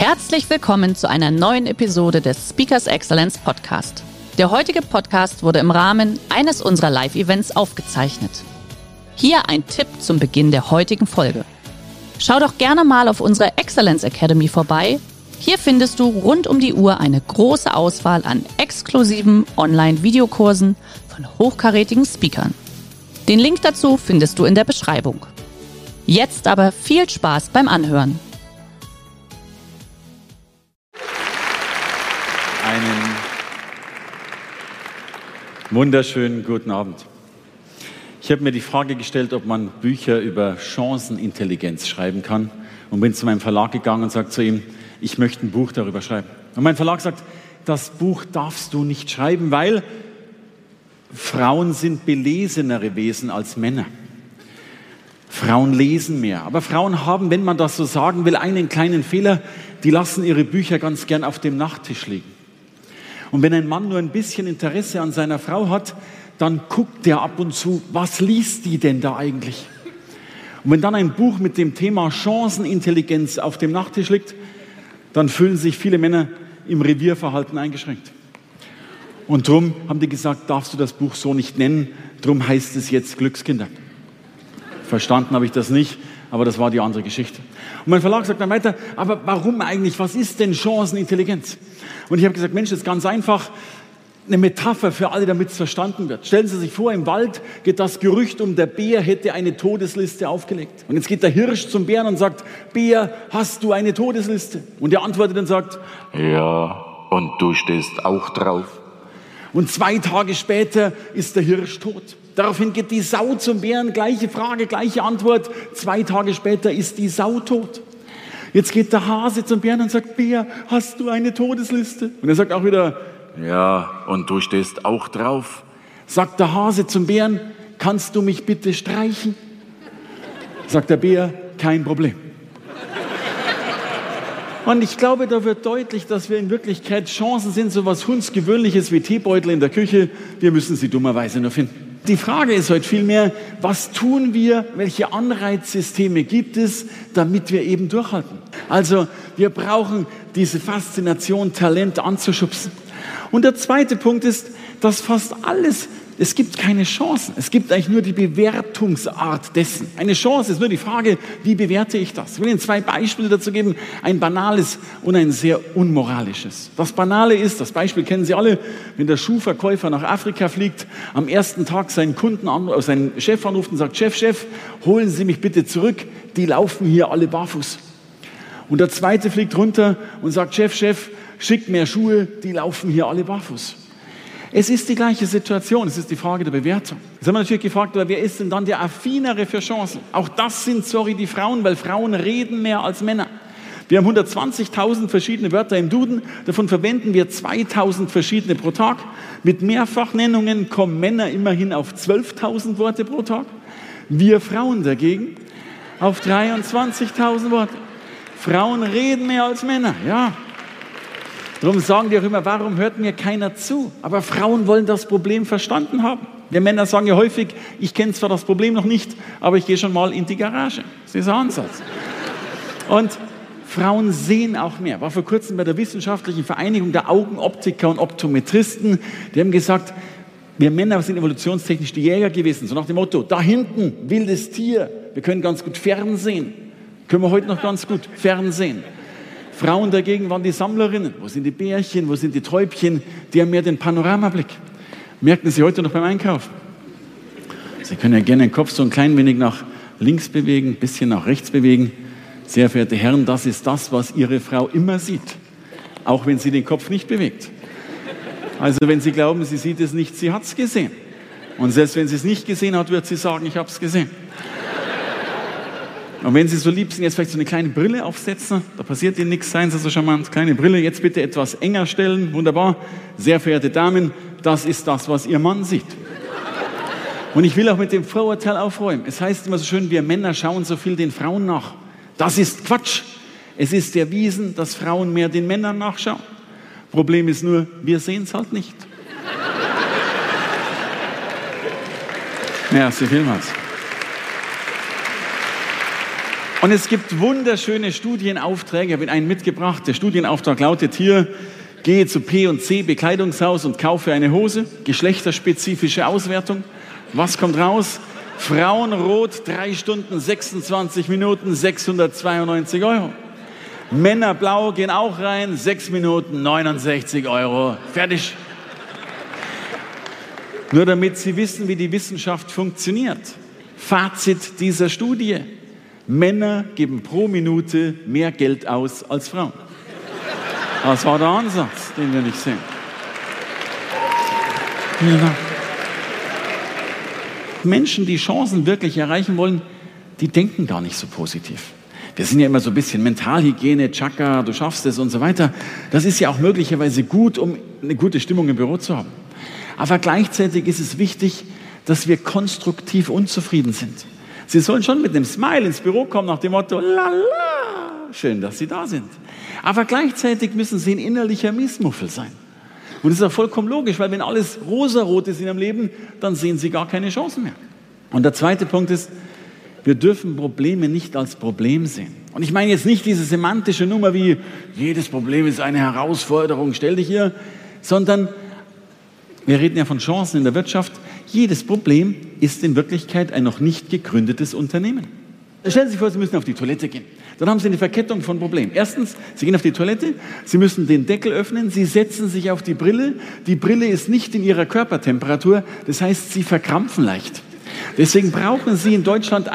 Herzlich willkommen zu einer neuen Episode des Speakers Excellence Podcast. Der heutige Podcast wurde im Rahmen eines unserer Live-Events aufgezeichnet. Hier ein Tipp zum Beginn der heutigen Folge. Schau doch gerne mal auf unserer Excellence Academy vorbei. Hier findest du rund um die Uhr eine große Auswahl an exklusiven Online-Videokursen von hochkarätigen Speakern. Den Link dazu findest du in der Beschreibung. Jetzt aber viel Spaß beim Anhören. Einen wunderschönen guten Abend. Ich habe mir die Frage gestellt, ob man Bücher über Chancenintelligenz schreiben kann und bin zu meinem Verlag gegangen und sagte zu ihm, ich möchte ein Buch darüber schreiben. Und mein Verlag sagt, das Buch darfst du nicht schreiben, weil Frauen sind belesenere Wesen als Männer. Frauen lesen mehr, aber Frauen haben, wenn man das so sagen will, einen kleinen Fehler, die lassen ihre Bücher ganz gern auf dem Nachttisch liegen. Und wenn ein Mann nur ein bisschen Interesse an seiner Frau hat, dann guckt der ab und zu, was liest die denn da eigentlich? Und wenn dann ein Buch mit dem Thema Chancenintelligenz auf dem Nachttisch liegt, dann fühlen sich viele Männer im Revierverhalten eingeschränkt. Und drum haben die gesagt, darfst du das Buch so nicht nennen, drum heißt es jetzt Glückskinder. Verstanden habe ich das nicht, aber das war die andere Geschichte. Und mein Verlag sagt dann weiter, aber warum eigentlich, was ist denn Chancenintelligenz? Und ich habe gesagt, Mensch, das ist ganz einfach, eine Metapher für alle, damit es verstanden wird. Stellen Sie sich vor, im Wald geht das Gerücht um, der Bär hätte eine Todesliste aufgelegt. Und jetzt geht der Hirsch zum Bären und sagt, Bär, hast du eine Todesliste? Und der antwortet und sagt, ja, und du stehst auch drauf. Und 2 Tage später ist der Hirsch tot. Daraufhin geht die Sau zum Bären, gleiche Frage, gleiche Antwort. 2 Tage später ist die Sau tot. Jetzt geht der Hase zum Bären und sagt, Bär, hast du eine Todesliste? Und er sagt auch wieder, ja, und du stehst auch drauf. Sagt der Hase zum Bären, kannst du mich bitte streichen? Sagt der Bär, kein Problem. Und ich glaube, da wird deutlich, dass wir in Wirklichkeit Chancen sind, so was Hundsgewöhnliches wie Teebeutel in der Küche. Wir müssen sie dummerweise nur finden. Die Frage ist heute vielmehr, was tun wir, welche Anreizsysteme gibt es, damit wir eben durchhalten? Also wir brauchen diese Faszination, Talent anzuschubsen. Und der zweite Punkt ist, dass fast alles, es gibt keine Chancen. Es gibt eigentlich nur die Bewertungsart dessen. Eine Chance ist nur die Frage, wie bewerte ich das? Ich will Ihnen 2 Beispiele dazu geben, ein banales und ein sehr unmoralisches. Das Banale ist, das Beispiel kennen Sie alle, wenn der Schuhverkäufer nach Afrika fliegt, am ersten Tag seinen Chef anruft und sagt, Chef, holen Sie mich bitte zurück, die laufen hier alle barfuß. Und der zweite fliegt runter und sagt, Chef, schickt mehr Schuhe, die laufen hier alle barfuß. Es ist die gleiche Situation, es ist die Frage der Bewertung. Jetzt haben wir natürlich gefragt, aber wer ist denn dann der Affinere für Chancen? Auch das sind, die Frauen, weil Frauen reden mehr als Männer. Wir haben 120.000 verschiedene Wörter im Duden, davon verwenden wir 2.000 verschiedene pro Tag. Mit Mehrfachnennungen kommen Männer immerhin auf 12.000 Worte pro Tag. Wir Frauen dagegen auf 23.000 Worte. Frauen reden mehr als Männer, ja. Darum sagen die auch immer, warum hört mir keiner zu? Aber Frauen wollen das Problem verstanden haben. Wir Männer sagen ja häufig, ich kenne zwar das Problem noch nicht, aber ich gehe schon mal in die Garage. Das ist der Ansatz. Und Frauen sehen auch mehr. War vor kurzem bei der Wissenschaftlichen Vereinigung der Augenoptiker und Optometristen. Die haben gesagt, wir Männer sind evolutionstechnisch die Jäger gewesen. So nach dem Motto, da hinten, wildes Tier. Wir können ganz gut fernsehen. Können wir heute noch ganz gut fernsehen. Frauen dagegen waren die Sammlerinnen. Wo sind die Bärchen, wo sind die Täubchen? Die haben mehr den Panoramablick. Merken Sie heute noch beim Einkaufen. Sie können ja gerne den Kopf so ein klein wenig nach links bewegen, ein bisschen nach rechts bewegen. Sehr verehrte Herren, das ist das, was Ihre Frau immer sieht. Auch wenn sie den Kopf nicht bewegt. Also wenn Sie glauben, sie sieht es nicht, sie hat es gesehen. Und selbst wenn sie es nicht gesehen hat, wird sie sagen, ich habe es gesehen. Und wenn Sie so lieb sind, jetzt vielleicht so eine kleine Brille aufsetzen, da passiert Ihnen nichts, seien Sie so charmant, kleine Brille, jetzt bitte etwas enger stellen, wunderbar. Sehr verehrte Damen, das ist das, was Ihr Mann sieht. Und ich will auch mit dem Vorurteil aufräumen. Es heißt immer so schön, wir Männer schauen so viel den Frauen nach. Das ist Quatsch. Es ist erwiesen, dass Frauen mehr den Männern nachschauen. Problem ist nur, wir sehen es halt nicht. Merci vielmals. Und es gibt wunderschöne Studienaufträge. Ich habe Ihnen einen mitgebracht. Der Studienauftrag lautet hier: Gehe zu P&C Bekleidungshaus und kaufe eine Hose. Geschlechterspezifische Auswertung. Was kommt raus? Frauenrot, 3 Stunden, 26 Minuten, 692 €. Männerblau gehen auch rein, 6 Minuten, 69 €. Fertig. Nur damit Sie wissen, wie die Wissenschaft funktioniert. Fazit dieser Studie: Männer geben pro Minute mehr Geld aus als Frauen. Das war der Ansatz, den wir nicht sehen. Ja. Menschen, die Chancen wirklich erreichen wollen, die denken gar nicht so positiv. Wir sind ja immer so ein bisschen Mentalhygiene, Chaka, du schaffst es und so weiter. Das ist ja auch möglicherweise gut, um eine gute Stimmung im Büro zu haben. Aber gleichzeitig ist es wichtig, dass wir konstruktiv unzufrieden sind. Sie sollen schon mit einem Smile ins Büro kommen, nach dem Motto, lala, schön, dass Sie da sind. Aber gleichzeitig müssen Sie ein innerlicher Miesmuffel sein. Und das ist auch vollkommen logisch, weil wenn alles rosarot ist in Ihrem Leben, dann sehen Sie gar keine Chancen mehr. Und der zweite Punkt ist, wir dürfen Probleme nicht als Problem sehen. Und ich meine jetzt nicht diese semantische Nummer wie, jedes Problem ist eine Herausforderung, stell dich hier, sondern wir reden ja von Chancen in der Wirtschaft. Jedes Problem ist in Wirklichkeit ein noch nicht gegründetes Unternehmen. Stellen Sie sich vor, Sie müssen auf die Toilette gehen. Dann haben Sie eine Verkettung von Problemen. Erstens, Sie gehen auf die Toilette, Sie müssen den Deckel öffnen, Sie setzen sich auf die Brille. Die Brille ist nicht in Ihrer Körpertemperatur, das heißt, Sie verkrampfen leicht. Deswegen brauchen Sie in Deutschland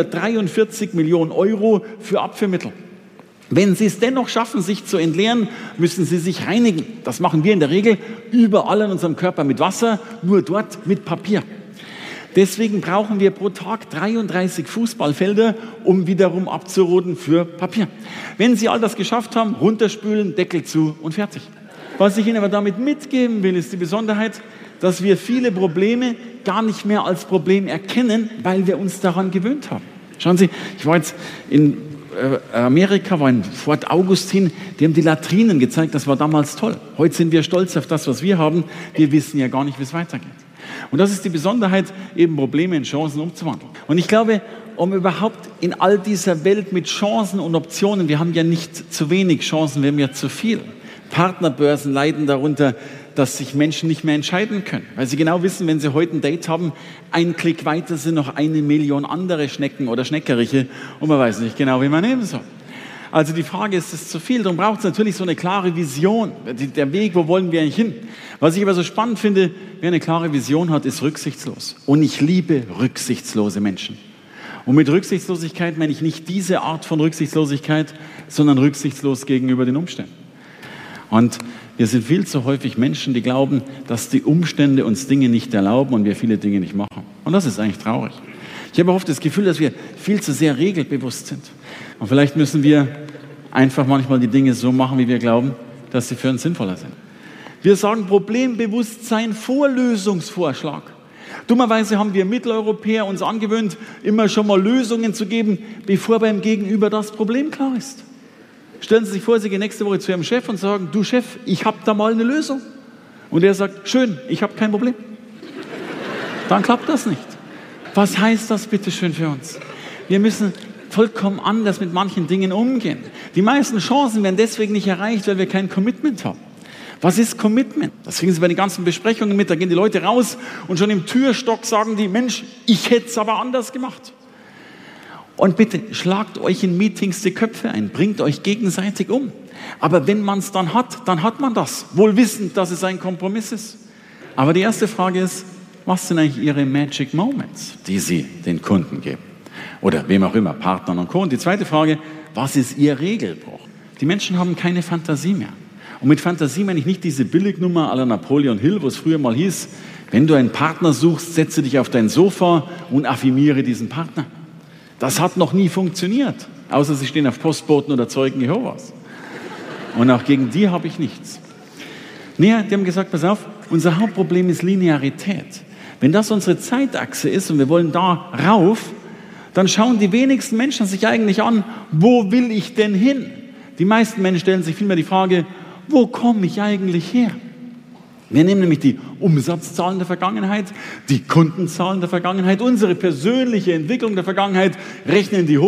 143 Millionen € für Abführmittel. Wenn Sie es dennoch schaffen, sich zu entleeren, müssen Sie sich reinigen. Das machen wir in der Regel überall in unserem Körper mit Wasser, nur dort mit Papier. Deswegen brauchen wir pro Tag 33 Fußballfelder, um wiederum abzuroden für Papier. Wenn Sie all das geschafft haben, runterspülen, Deckel zu und fertig. Was ich Ihnen aber damit mitgeben will, ist die Besonderheit, dass wir viele Probleme gar nicht mehr als Problem erkennen, weil wir uns daran gewöhnt haben. Schauen Sie, ich war jetzt in Amerika, war in Fort Augustin, die haben die Latrinen gezeigt, das war damals toll. Heute sind wir stolz auf das, was wir haben. Wir wissen ja gar nicht, wie es weitergeht. Und das ist die Besonderheit, eben Probleme in Chancen umzuwandeln. Und ich glaube, um überhaupt in all dieser Welt mit Chancen und Optionen, wir haben ja nicht zu wenig Chancen, wir haben ja zu viel. Partnerbörsen leiden darunter, dass sich Menschen nicht mehr entscheiden können, weil sie genau wissen, wenn sie heute ein Date haben, ein Klick weiter sind noch 1 Million andere Schnecken oder Schneckeriche und man weiß nicht genau, wie man nehmen soll. Also die Frage ist, es zu viel? Darum braucht es natürlich so eine klare Vision. Der Weg, wo wollen wir eigentlich hin? Was ich aber so spannend finde, wer eine klare Vision hat, ist rücksichtslos. Und ich liebe rücksichtslose Menschen. Und mit Rücksichtslosigkeit meine ich nicht diese Art von Rücksichtslosigkeit, sondern rücksichtslos gegenüber den Umständen. Und wir sind viel zu häufig Menschen, die glauben, dass die Umstände uns Dinge nicht erlauben und wir viele Dinge nicht machen. Und das ist eigentlich traurig. Ich habe oft das Gefühl, dass wir viel zu sehr regelbewusst sind. Und vielleicht müssen wir einfach manchmal die Dinge so machen, wie wir glauben, dass sie für uns sinnvoller sind. Wir sagen Problembewusstsein vor Lösungsvorschlag. Dummerweise haben wir Mitteleuropäer uns angewöhnt, immer schon mal Lösungen zu geben, bevor beim Gegenüber das Problem klar ist. Stellen Sie sich vor, Sie gehen nächste Woche zu Ihrem Chef und sagen, du Chef, ich habe da mal eine Lösung. Und er sagt, schön, ich habe kein Problem. Dann klappt das nicht. Was heißt das bitte schön für uns? Wir müssen vollkommen anders mit manchen Dingen umgehen. Die meisten Chancen werden deswegen nicht erreicht, weil wir kein Commitment haben. Was ist Commitment? Das kriegen Sie bei den ganzen Besprechungen mit. Da gehen die Leute raus und schon im Türstock sagen die, Mensch, ich hätte es aber anders gemacht. Und bitte, schlagt euch in Meetings die Köpfe ein, bringt euch gegenseitig um. Aber wenn man es dann hat man das. Wohl wissend, dass es ein Kompromiss ist. Aber die erste Frage ist, was sind eigentlich Ihre Magic Moments, die Sie den Kunden geben? Oder wem auch immer, Partnern und Co. Und die zweite Frage, was ist Ihr Regelbruch? Die Menschen haben keine Fantasie mehr. Und mit Fantasie meine ich nicht diese Billignummer à la Napoleon Hill, wo es früher mal hieß, wenn du einen Partner suchst, setze dich auf dein Sofa und affirmiere diesen Partner. Das hat noch nie funktioniert, außer sie stehen auf Postboten oder Zeugen Jehovas. Und auch gegen die habe ich nichts. Nee, die haben gesagt, pass auf, unser Hauptproblem ist Linearität. Wenn das unsere Zeitachse ist und wir wollen da rauf, dann schauen die wenigsten Menschen sich eigentlich an, wo will ich denn hin? Die meisten Menschen stellen sich vielmehr die Frage, wo komme ich eigentlich her? Wir nehmen nämlich die Umsatzzahlen der Vergangenheit, die Kundenzahlen der Vergangenheit, unsere persönliche Entwicklung der Vergangenheit, rechnen die hoch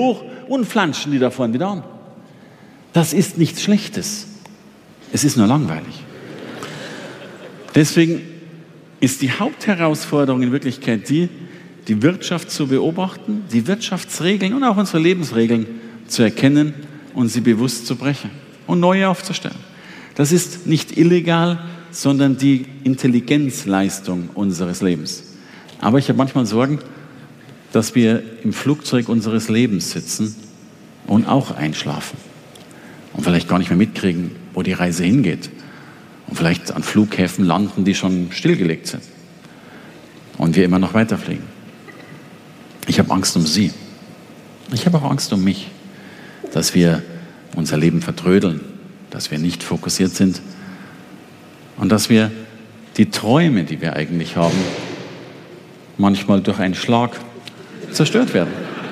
und flanschen die da vorne wieder an. Das ist nichts Schlechtes. Es ist nur langweilig. Deswegen ist die Hauptherausforderung in Wirklichkeit die Wirtschaft zu beobachten, die Wirtschaftsregeln und auch unsere Lebensregeln zu erkennen und sie bewusst zu brechen und neue aufzustellen. Das ist nicht illegal, sondern die Intelligenzleistung unseres Lebens. Aber ich habe manchmal Sorgen, dass wir im Flugzeug unseres Lebens sitzen und auch einschlafen und vielleicht gar nicht mehr mitkriegen, wo die Reise hingeht. Und vielleicht an Flughäfen landen, die schon stillgelegt sind. Und wir immer noch weiterfliegen. Ich habe Angst um Sie. Ich habe auch Angst um mich, dass wir unser Leben vertrödeln, dass wir nicht fokussiert sind und dass wir die Träume, die wir eigentlich haben, manchmal durch einen Schlag zerstört werden.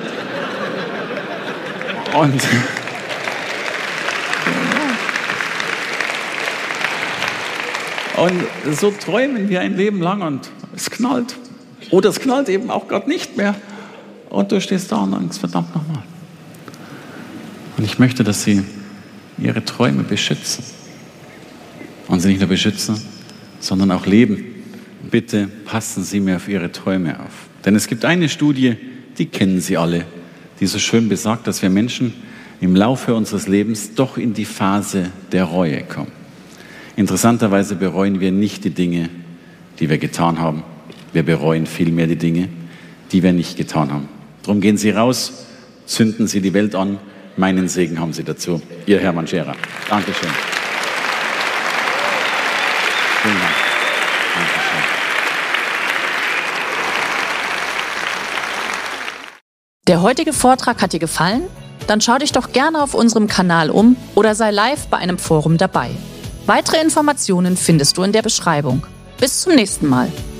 Und so träumen wir ein Leben lang und es knallt. Oder es knallt eben auch gerade nicht mehr. Und du stehst da und denkst, verdammt nochmal. Und ich möchte, dass Sie Ihre Träume beschützen. Und sie nicht nur beschützen, sondern auch leben. Bitte passen Sie mir auf Ihre Träume auf. Denn es gibt eine Studie, die kennen Sie alle, die so schön besagt, dass wir Menschen im Laufe unseres Lebens doch in die Phase der Reue kommen. Interessanterweise bereuen wir nicht die Dinge, die wir getan haben. Wir bereuen vielmehr die Dinge, die wir nicht getan haben. Darum gehen Sie raus, zünden Sie die Welt an. Meinen Segen haben Sie dazu. Ihr Hermann Scherer. Dankeschön. Vielen Dank. Dankeschön. Der heutige Vortrag hat dir gefallen? Dann schau dich doch gerne auf unserem Kanal um oder sei live bei einem Forum dabei. Weitere Informationen findest du in der Beschreibung. Bis zum nächsten Mal.